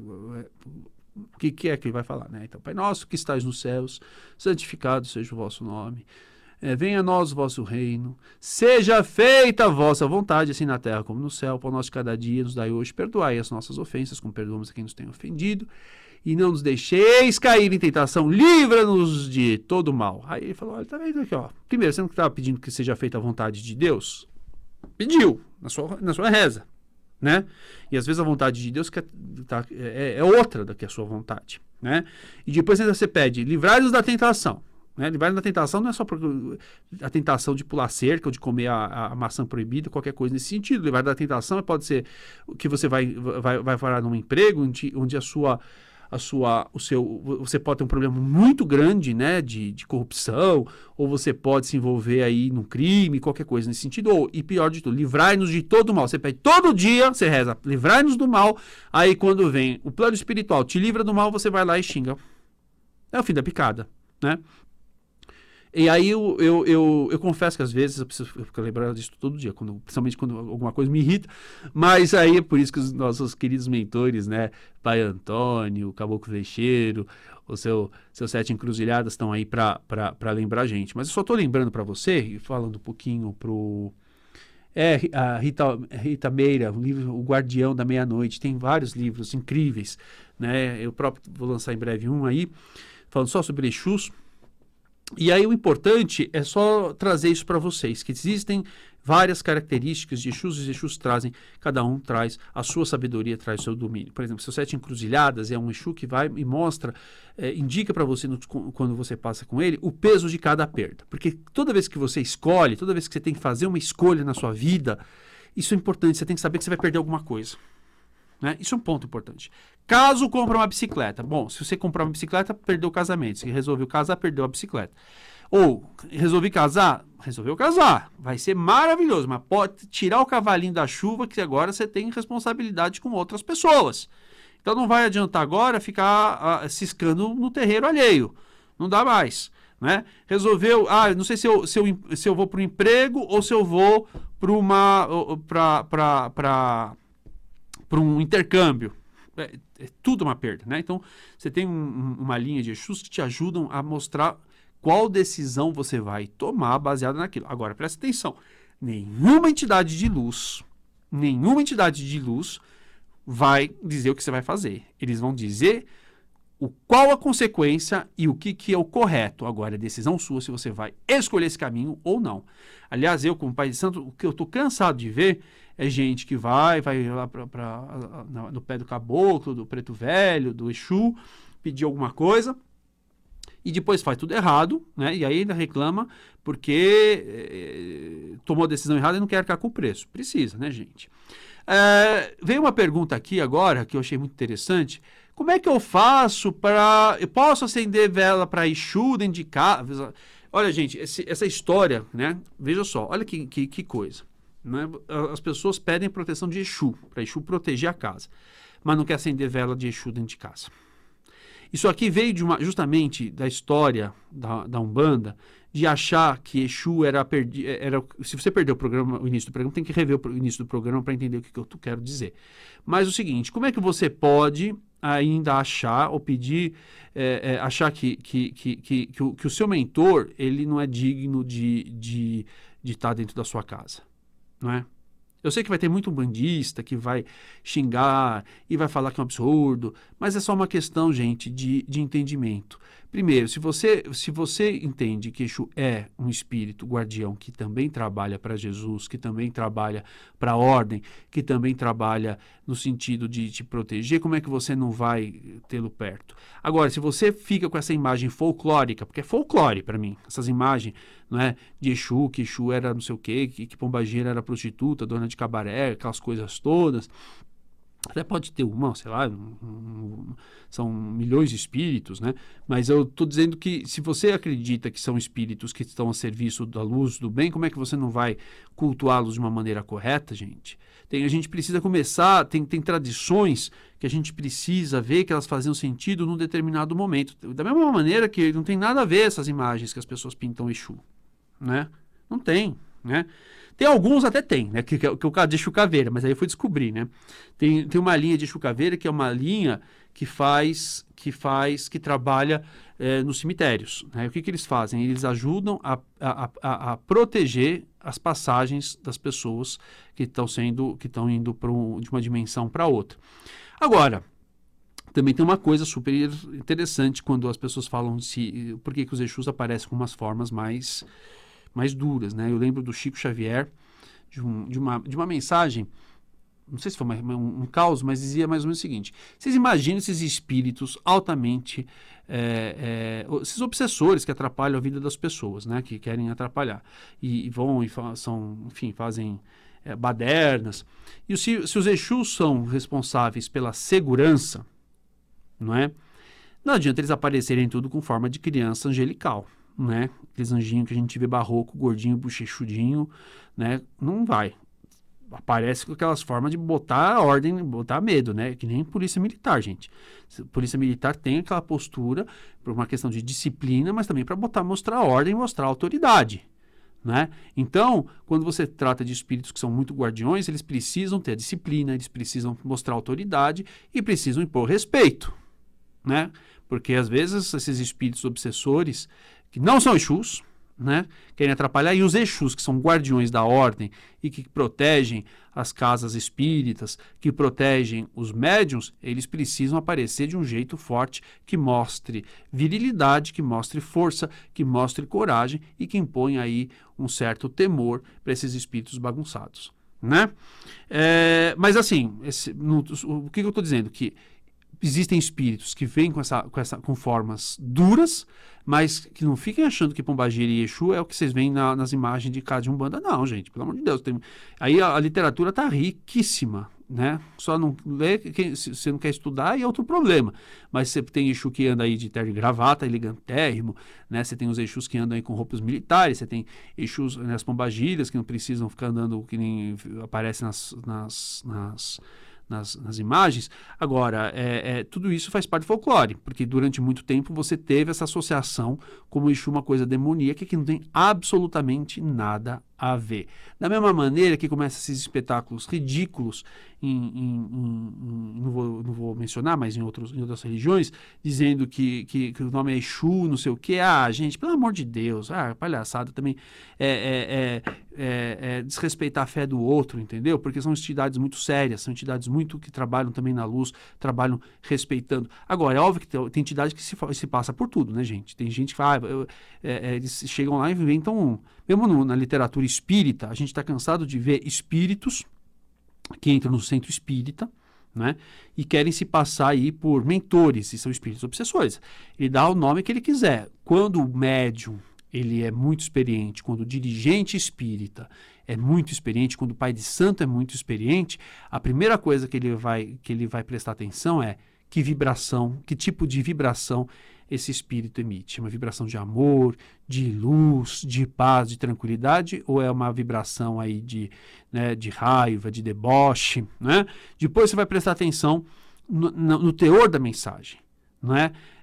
o que, que é que ele vai falar, né? Então, Pai Nosso que estais nos céus, santificado seja o vosso nome, é, venha a nós o vosso reino, seja feita a vossa vontade, assim na terra como no céu, pão nosso de cada dia nos dai hoje, perdoai as nossas ofensas, como perdoamos a quem nos tem ofendido, e não nos deixeis cair em tentação, livra-nos de todo mal. Aí ele falou, olha, tá vendo aqui, ó, primeiro, você não estava pedindo que seja feita a vontade de Deus? Pediu, na sua, na sua reza, né? E às vezes a vontade de Deus que é, tá, é, é outra do que a sua vontade, né? E depois ainda você pede, livrai-nos da tentação, né? Livrai-nos da tentação não é só por, a tentação de pular cerca ou de comer a, a maçã proibida, qualquer coisa nesse sentido. Livrai-nos da tentação pode ser que você vai, vai, vai parar num emprego onde, onde a sua... A sua, o seu, você pode ter um problema muito grande, né, de, de corrupção, ou você pode se envolver aí num crime, qualquer coisa nesse sentido, ou, e pior de tudo, livrai-nos de todo o mal. Você pede todo dia, você reza, livrai-nos do mal, aí quando vem o plano espiritual, te livra do mal, você vai lá e xinga. É o fim da picada, né? E aí eu, eu, eu, eu confesso que às vezes eu preciso ficar lembrando disso todo dia, quando, principalmente quando alguma coisa me irrita, mas aí é por isso que os nossos queridos mentores, né, Pai Antônio, o Caboclo Fecheiro, o seu, seus sete encruzilhadas estão aí para lembrar a gente. Mas eu só estou lembrando para você, e falando um pouquinho pro... É, a Rita, Rita Meira, o livro O Guardião da Meia-Noite, tem vários livros incríveis, né, eu próprio vou lançar em breve um aí, falando só sobre Exus. E aí o importante é só trazer isso para vocês, que existem várias características de Exus, e os Exus trazem, cada um traz a sua sabedoria, traz o seu domínio. Por exemplo, seus sete encruzilhadas é um Exu que vai e mostra, é, indica para você, no, quando você passa com ele, o peso de cada perda. Porque toda vez que você escolhe, toda vez que você tem que fazer uma escolha na sua vida, isso é importante, você tem que saber que você vai perder alguma coisa. Né? Isso é um ponto importante. Caso compre uma bicicleta, bom, se você comprar uma bicicleta, perdeu o casamento. Se resolveu casar, perdeu a bicicleta. Ou, resolvi casar, resolveu casar. Vai ser maravilhoso, mas pode tirar o cavalinho da chuva, que agora você tem responsabilidade com outras pessoas. Então não vai adiantar agora ficar uh, ciscando no terreiro alheio. Não dá mais. Né? Resolveu, ah, não sei se eu, se eu, se eu vou para o emprego ou se eu vou para uma... para para um intercâmbio. É, é tudo uma perda, né? Então, você tem um, uma linha de Exus que te ajudam a mostrar qual decisão você vai tomar baseada naquilo. Agora, presta atenção. Nenhuma entidade de luz, nenhuma entidade de luz vai dizer o que você vai fazer. Eles vão dizer o, qual a consequência e o que, que é o correto. Agora, é decisão sua se você vai escolher esse caminho ou não. Aliás, eu, como pai de santo, o que eu estou cansado de ver é gente que vai, vai lá pra, pra, no pé do caboclo, do preto velho, do Exu, pedir alguma coisa, e depois faz tudo errado, né? E aí ainda reclama porque é, tomou a decisão errada e não quer arcar com o preço. Precisa, né, gente? É, veio uma pergunta aqui agora, que eu achei muito interessante. Como é que eu faço para... Eu posso acender vela para Exu dentro de casa? Olha, gente, esse, essa história, né? Veja só, olha que, que, que coisa. Né? As pessoas pedem proteção de Exu, para Exu proteger a casa, mas não quer acender vela de Exu dentro de casa. Isso aqui veio de uma, justamente da história da, da Umbanda, de achar que Exu era, perdi, era... Se você perdeu o programa, o início do programa, tem que rever o início do programa para entender o que, que eu quero dizer. Mas o seguinte, como é que você pode ainda achar ou pedir, é, é, achar que, que, que, que, que, o, que o seu mentor ele não é digno de estar de, de estar dentro da sua casa, não é? Eu sei que vai ter muito bandista que vai xingar e vai falar que é um absurdo, mas é só uma questão, gente, de, de entendimento. Primeiro, se você, se você entende que Exu é um espírito guardião que também trabalha para Jesus, que também trabalha para a ordem, que também trabalha no sentido de te proteger, como é que você não vai tê-lo perto? Agora, se você fica com essa imagem folclórica, porque é folclore para mim, essas imagens, não é, de Exu, que Exu era não sei o quê, que, que Pombagira era prostituta, dona de cabaré, aquelas coisas todas. Até pode ter uma, sei lá, um, um, são milhões de espíritos, né? Mas eu estou dizendo que se você acredita que são espíritos que estão a serviço da luz, do bem, como é que você não vai cultuá-los de uma maneira correta, gente? Tem, a gente precisa começar, tem, tem tradições que a gente precisa ver que elas faziam sentido num determinado momento. Da mesma maneira que não tem nada a ver essas imagens que as pessoas pintam Exu, né? Não tem, né? Tem alguns até tem, né? Que, que, que o caso de Exu Caveira, mas aí eu fui descobrir, né? Tem, tem uma linha de Exu Caveira que é uma linha que faz, que faz, que trabalha é, nos cemitérios, né? O que, que eles fazem? Eles ajudam a, a, a, a proteger as passagens das pessoas que estão sendo, que estão indo pro, de uma dimensão para outra. Agora, também tem uma coisa super interessante quando as pessoas falam de si, por que que os Exus aparecem com umas formas mais mais duras, né? Eu lembro do Chico Xavier, de, um, de, uma, de uma mensagem, não sei se foi uma, um, um caos, mas dizia mais ou menos o seguinte: vocês imaginam esses espíritos altamente, é, é, esses obsessores que atrapalham a vida das pessoas, né? Que querem atrapalhar, e, e vão e fa são, enfim, fazem é, badernas, e se, se os Exus são responsáveis pela segurança, não é? Não adianta eles aparecerem tudo com forma de criança angelical, né? Aqueles anjinhos que a gente vê barroco, gordinho, bochechudinho, né? Não vai. Aparece com aquelas formas de botar ordem, botar medo, né? Que nem polícia militar, gente. Polícia militar tem aquela postura por uma questão de disciplina, mas também para botar, mostrar ordem, mostrar autoridade, né? Então, quando você trata de espíritos que são muito guardiões, eles precisam ter a disciplina, eles precisam mostrar autoridade e precisam impor respeito, né? Porque às vezes esses espíritos obsessores que não são Exus, né, querem atrapalhar, e os Exus, que são guardiões da ordem e que protegem as casas espíritas, que protegem os médiuns, eles precisam aparecer de um jeito forte que mostre virilidade, que mostre força, que mostre coragem e que impõe aí um certo temor para esses espíritos bagunçados, né? É, mas assim, esse, no, o que eu estou dizendo? Que existem espíritos que vêm com, essa, com, essa, com formas duras, mas que não fiquem achando que Pombagira e Exu é o que vocês veem na, nas imagens de casa de Umbanda. Não, gente, pelo amor de Deus. Tem, aí a, a literatura está riquíssima, né? Só não lê, quem, se você não quer estudar, aí é outro problema. Mas você tem Exu que anda aí de terno e gravata, elegantérrimo, né? Você tem os Exus que andam aí com roupas militares, você tem Exus, né, as Pombagiras que não precisam ficar andando que nem aparece nas... nas, nas Nas, nas imagens. Agora, é, é, tudo isso faz parte do folclore, porque durante muito tempo você teve essa associação como Exu uma coisa demoníaca que não tem absolutamente nada a ver. Da mesma maneira que começam esses espetáculos ridículos, em, em, em, em, não, vou, não vou mencionar, mas em, outros, em outras religiões, dizendo que, que, que o nome é Exu, não sei o quê. Ah, gente, pelo amor de Deus, ah, palhaçada também é, é, é, é, é desrespeitar a fé do outro, entendeu? Porque são entidades muito sérias, são entidades muito que trabalham também na luz, trabalham respeitando. Agora, é óbvio que tem, tem entidade que se, se passa por tudo, né, gente? Tem gente que fala, ah, eu, é, é, eles chegam lá e inventam um, mesmo no, na literatura espírita, a gente está cansado de ver espíritos que entram no centro espírita, né, e querem se passar aí por mentores, e são espíritos obsessores. Ele dá o nome que ele quiser. Quando o médium ele é muito experiente, quando o dirigente espírita é muito experiente, quando o pai de santo é muito experiente, a primeira coisa que ele vai, que ele vai prestar atenção é que vibração, que tipo de vibração esse espírito emite. Uma vibração de amor, de luz, de paz, de tranquilidade, ou é uma vibração aí de, né, de raiva, de deboche, né? Depois você vai prestar atenção no, no, no teor da mensagem, não é?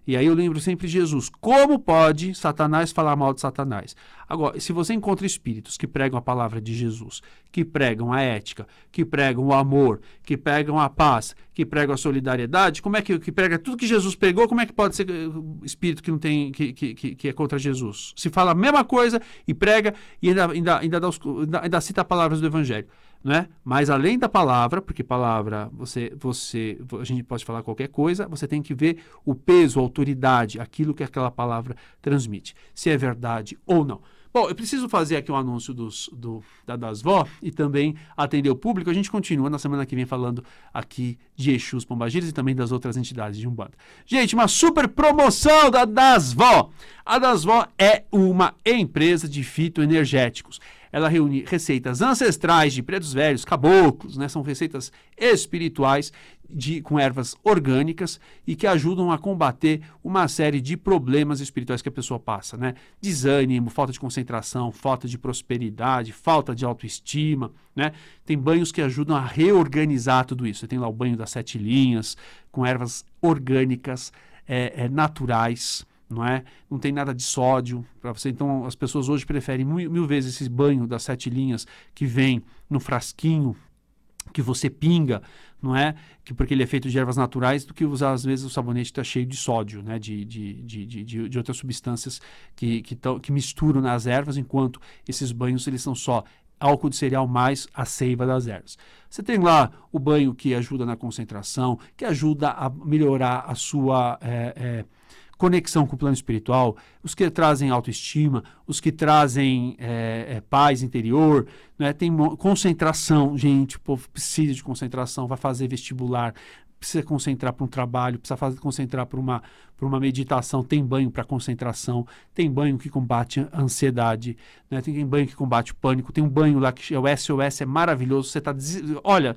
E aí eu lembro sempre de Jesus. Como pode Satanás falar mal de Satanás? Agora, se você encontra espíritos que pregam a palavra de Jesus, que pregam a ética, que pregam o amor, que pregam a paz, que pregam a solidariedade, como é que, que prega tudo que Jesus pregou, como é que pode ser espírito que não tem, que, que, que é contra Jesus? Se fala a mesma coisa e prega e ainda, ainda, ainda, dá os, ainda, ainda cita palavras do Evangelho. Né? Mas além da palavra, porque palavra você, você, a gente pode falar qualquer coisa, você tem que ver o peso, a autoridade, aquilo que aquela palavra transmite, se é verdade ou não. Bom, eu preciso fazer aqui um anúncio dos, do, da Dasvó e também atender o público. A gente continua na semana que vem falando aqui de Exus Pombagiras e também das outras entidades de Umbanda. Gente, uma super promoção da Dasvó. A Dasvó é uma empresa de fitoenergéticos. Ela reúne receitas ancestrais de pretos velhos, caboclos, né? São receitas espirituais de, com ervas orgânicas e que ajudam a combater uma série de problemas espirituais que a pessoa passa, né? Desânimo, falta de concentração, falta de prosperidade, falta de autoestima, né? Tem banhos que ajudam a reorganizar tudo isso. Você tem lá o banho das sete linhas, com ervas orgânicas, é, é, naturais, não é? Não tem nada de sódio para você. Então, as pessoas hoje preferem mil, mil vezes esse banho das sete linhas que vem no frasquinho que você pinga, não é? Que, porque ele é feito de ervas naturais, do que usar, às vezes, o sabonete está cheio de sódio, né? De, de, de, de, de outras substâncias que, que, tão, que misturam nas ervas, enquanto esses banhos eles são só álcool de cereal mais a seiva das ervas. Você tem lá o banho que ajuda na concentração, que ajuda a melhorar a sua é, é, conexão com o plano espiritual, os que trazem autoestima, os que trazem é, é, paz interior, né? Tem concentração, gente, o povo precisa de concentração, vai fazer vestibular, precisa concentrar para um trabalho, precisa fazer, concentrar para uma, para uma meditação, tem banho para concentração, tem banho que combate a ansiedade, né? Tem banho que combate o pânico, tem um banho lá que é o S O S, é maravilhoso, você está, olha,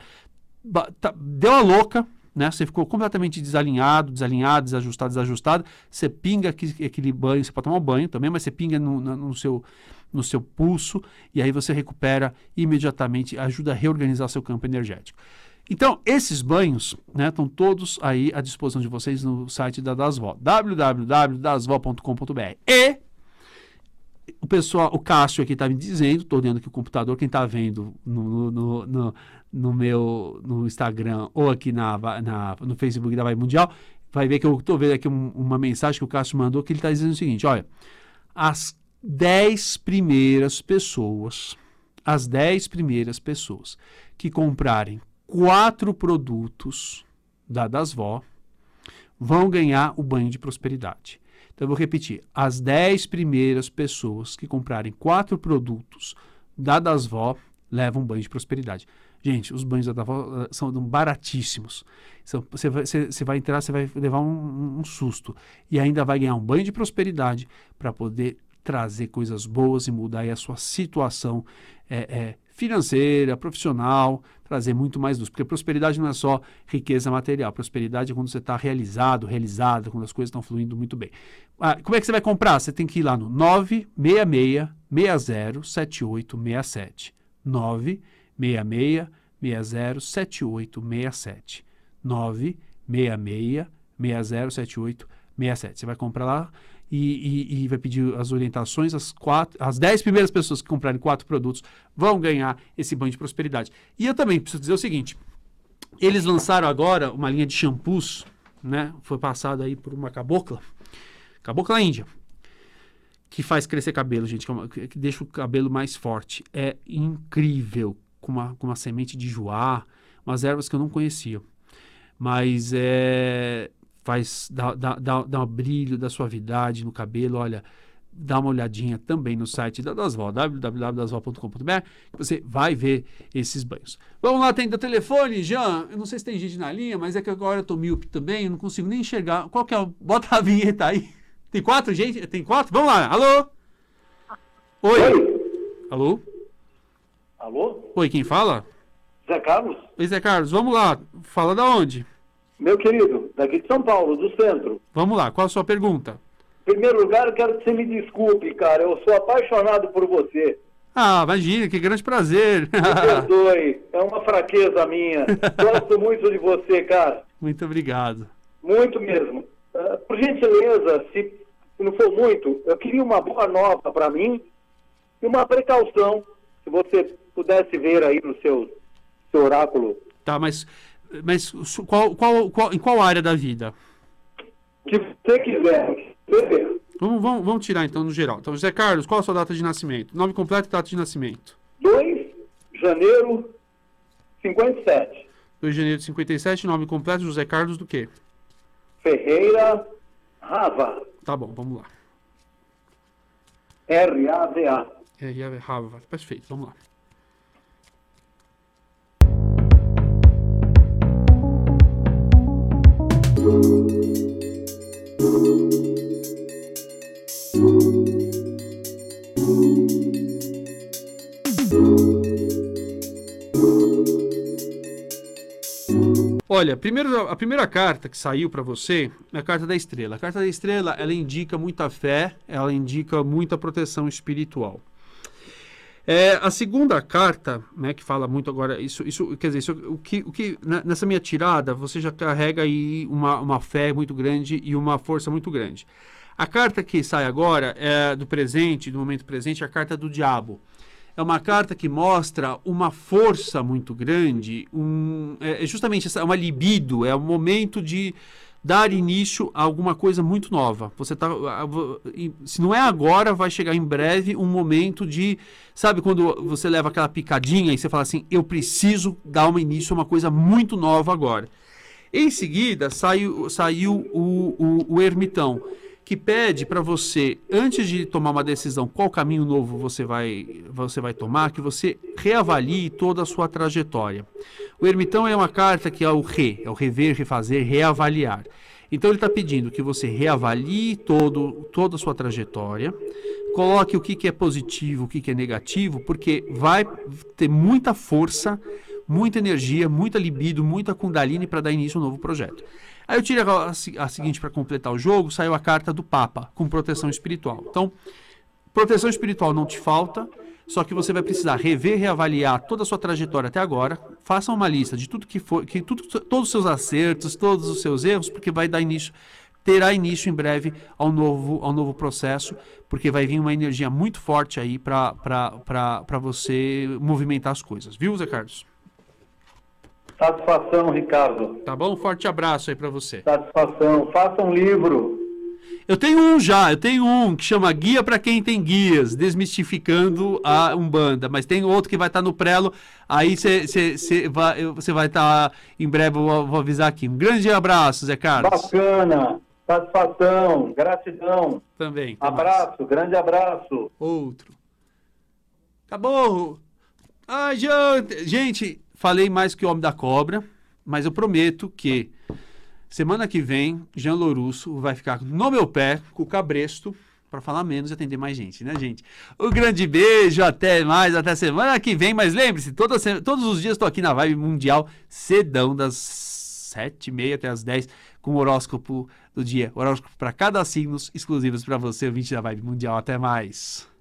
tá, deu a louca, né? Você ficou completamente desalinhado, desalinhado, desajustado, desajustado, você pinga aqui, aquele banho, você pode tomar um banho também, mas você pinga no, no, no, seu, no seu pulso e aí você recupera imediatamente, ajuda a reorganizar seu campo energético. Então, esses banhos, né, estão todos aí à disposição de vocês no site da Dasvó, w w w ponto dasvó ponto com ponto b r. E o pessoal, o Cássio aqui está me dizendo, estou olhando aqui o computador, quem está vendo no, no, no, no meu no Instagram ou aqui na, na, no Facebook da Vibe Mundial, vai ver que eu estou vendo aqui um, uma mensagem que o Cássio mandou, que ele está dizendo o seguinte, olha, as dez primeiras pessoas, as dez primeiras pessoas que comprarem quatro produtos da Dasvó vão ganhar o banho de prosperidade. Então, eu vou repetir. As dez primeiras pessoas que comprarem quatro produtos da Dasvó levam um banho de prosperidade. Gente, os banhos da Dasvó são baratíssimos. São, você, vai, você, você vai entrar, você vai levar um, um susto. E ainda vai ganhar um banho de prosperidade para poder trazer coisas boas e mudar aí a sua situação é, é, financeira, profissional, trazer muito mais luz. Porque prosperidade não é só riqueza material. Prosperidade é quando você está realizado, realizada, quando as coisas estão fluindo muito bem. Ah, como é que você vai comprar? Você tem que ir lá no nove seis seis, seis zero, sete oito seis sete. nove seis seis, seis zero, sete oito seis sete. nove seis seis, seis zero, sete oito seis sete. Você vai comprar lá e, e, e vai pedir as orientações. As, quatro, as dez primeiras pessoas que comprarem quatro produtos vão ganhar esse banho de prosperidade. E eu também preciso dizer o seguinte, eles lançaram agora uma linha de shampoos, né? Foi passado aí por uma cabocla, cabocla índia, que faz crescer cabelo, gente, que, é uma, que deixa o cabelo mais forte. É incrível, com uma, com uma semente de joá, umas ervas que eu não conhecia. Mas é, faz, dá, dá, dá, dá um brilho, dá suavidade no cabelo. Olha, dá uma olhadinha também no site da Dasvó, w w w ponto dasvó ponto com ponto b r, que você vai ver esses banhos. Vamos lá, tem o telefone, Jean. Eu não sei se tem gente na linha, mas é que agora eu tô míope também, eu não consigo nem enxergar. Qual que é o... Bota a vinheta aí. Tem quatro, gente? Tem quatro? Vamos lá. Alô? Oi. Oi. Alô? Alô? Oi, quem fala? Zé Carlos? Oi, Zé Carlos. Vamos lá. Fala da onde? Meu querido, daqui de São Paulo, do centro. Vamos lá. Qual a sua pergunta? Em primeiro lugar, eu quero que você me desculpe, cara. Eu sou apaixonado por você. Ah, imagina. Que grande prazer. Me perdoe. É uma fraqueza minha. Gosto muito de você, cara. Muito obrigado. Muito mesmo. Uh, por gentileza, se não for muito, eu queria uma boa nota para mim e uma precaução, se você pudesse ver aí no seu, seu oráculo. Tá, mas, mas qual, qual, qual, em qual área da vida? Que você quiser. Você. Vamos, vamos, vamos tirar então no geral. Então, José Carlos, qual a sua data de nascimento? Nome completo e data de nascimento. dois de janeiro de cinquenta e sete. dois de janeiro de cinquenta e sete, nome completo, José Carlos do quê? Ferreira Rava. Tá bom, vamos lá. R A V A. R A V A, perfeito, vamos lá. Olha, primeiro, a primeira carta que saiu para você é a carta da estrela. A carta da estrela, ela indica muita fé, ela indica muita proteção espiritual. É, a segunda carta, né, que fala muito agora, isso, isso quer dizer, isso, o que, o que, nessa minha tirada, você já carrega aí uma, uma fé muito grande e uma força muito grande. A carta que sai agora, é do presente, do momento presente, é a carta do diabo. É uma carta que mostra uma força muito grande, um, é justamente essa, uma libido, é o momento de dar início a alguma coisa muito nova. Você tá, se não é agora, vai chegar em breve um momento de, sabe, quando você leva aquela picadinha e você fala assim, eu preciso dar um início a uma coisa muito nova agora. Em seguida, saiu, saiu o, o, o ermitão, que pede para você, antes de tomar uma decisão, qual caminho novo você vai, você vai tomar, que você reavalie toda a sua trajetória. O ermitão é uma carta que é o re, é o rever, refazer, reavaliar. Então ele está pedindo que você reavalie todo, toda a sua trajetória, coloque o que, que é positivo, o que, que é negativo, porque vai ter muita força, muita energia, muita libido, muita kundalini para dar início a um novo projeto. Aí eu tirei a, a seguinte para completar o jogo, saiu a carta do Papa, com proteção espiritual. Então, proteção espiritual não te falta, só que você vai precisar rever, reavaliar toda a sua trajetória até agora. Faça uma lista de tudo que for, que tudo, todos os seus acertos, todos os seus erros, porque vai dar início, terá início em breve ao novo, ao novo processo, porque vai vir uma energia muito forte aí para você movimentar as coisas. Viu, Zé Carlos? Satisfação, Ricardo. Tá bom? Um forte abraço aí para você. Satisfação. Faça um livro. Eu tenho um já, eu tenho um que chama Guia para Quem Tem Guias, Desmistificando a Umbanda, mas tem outro que vai estar tá no prelo, aí você vai estar tá, em breve, eu vou, vou avisar aqui. Um grande abraço, Zé Carlos. Bacana, satisfação, gratidão. Também. Abraço, mais. Grande abraço. Outro. Tá bom. Ai, gente, falei mais que o Homem da Cobra, mas eu prometo que semana que vem, Jean Lourusso vai ficar no meu pé, com o cabresto, para falar menos e atender mais gente, né, gente? Um grande beijo, até mais, até semana que vem. Mas lembre-se, toda, todos os dias estou aqui na Vibe Mundial, cedão, das sete e meia até as dez, com o horóscopo do dia. Horóscopo para cada signo, exclusivos para você, ouvinte da Vibe Mundial. Até mais.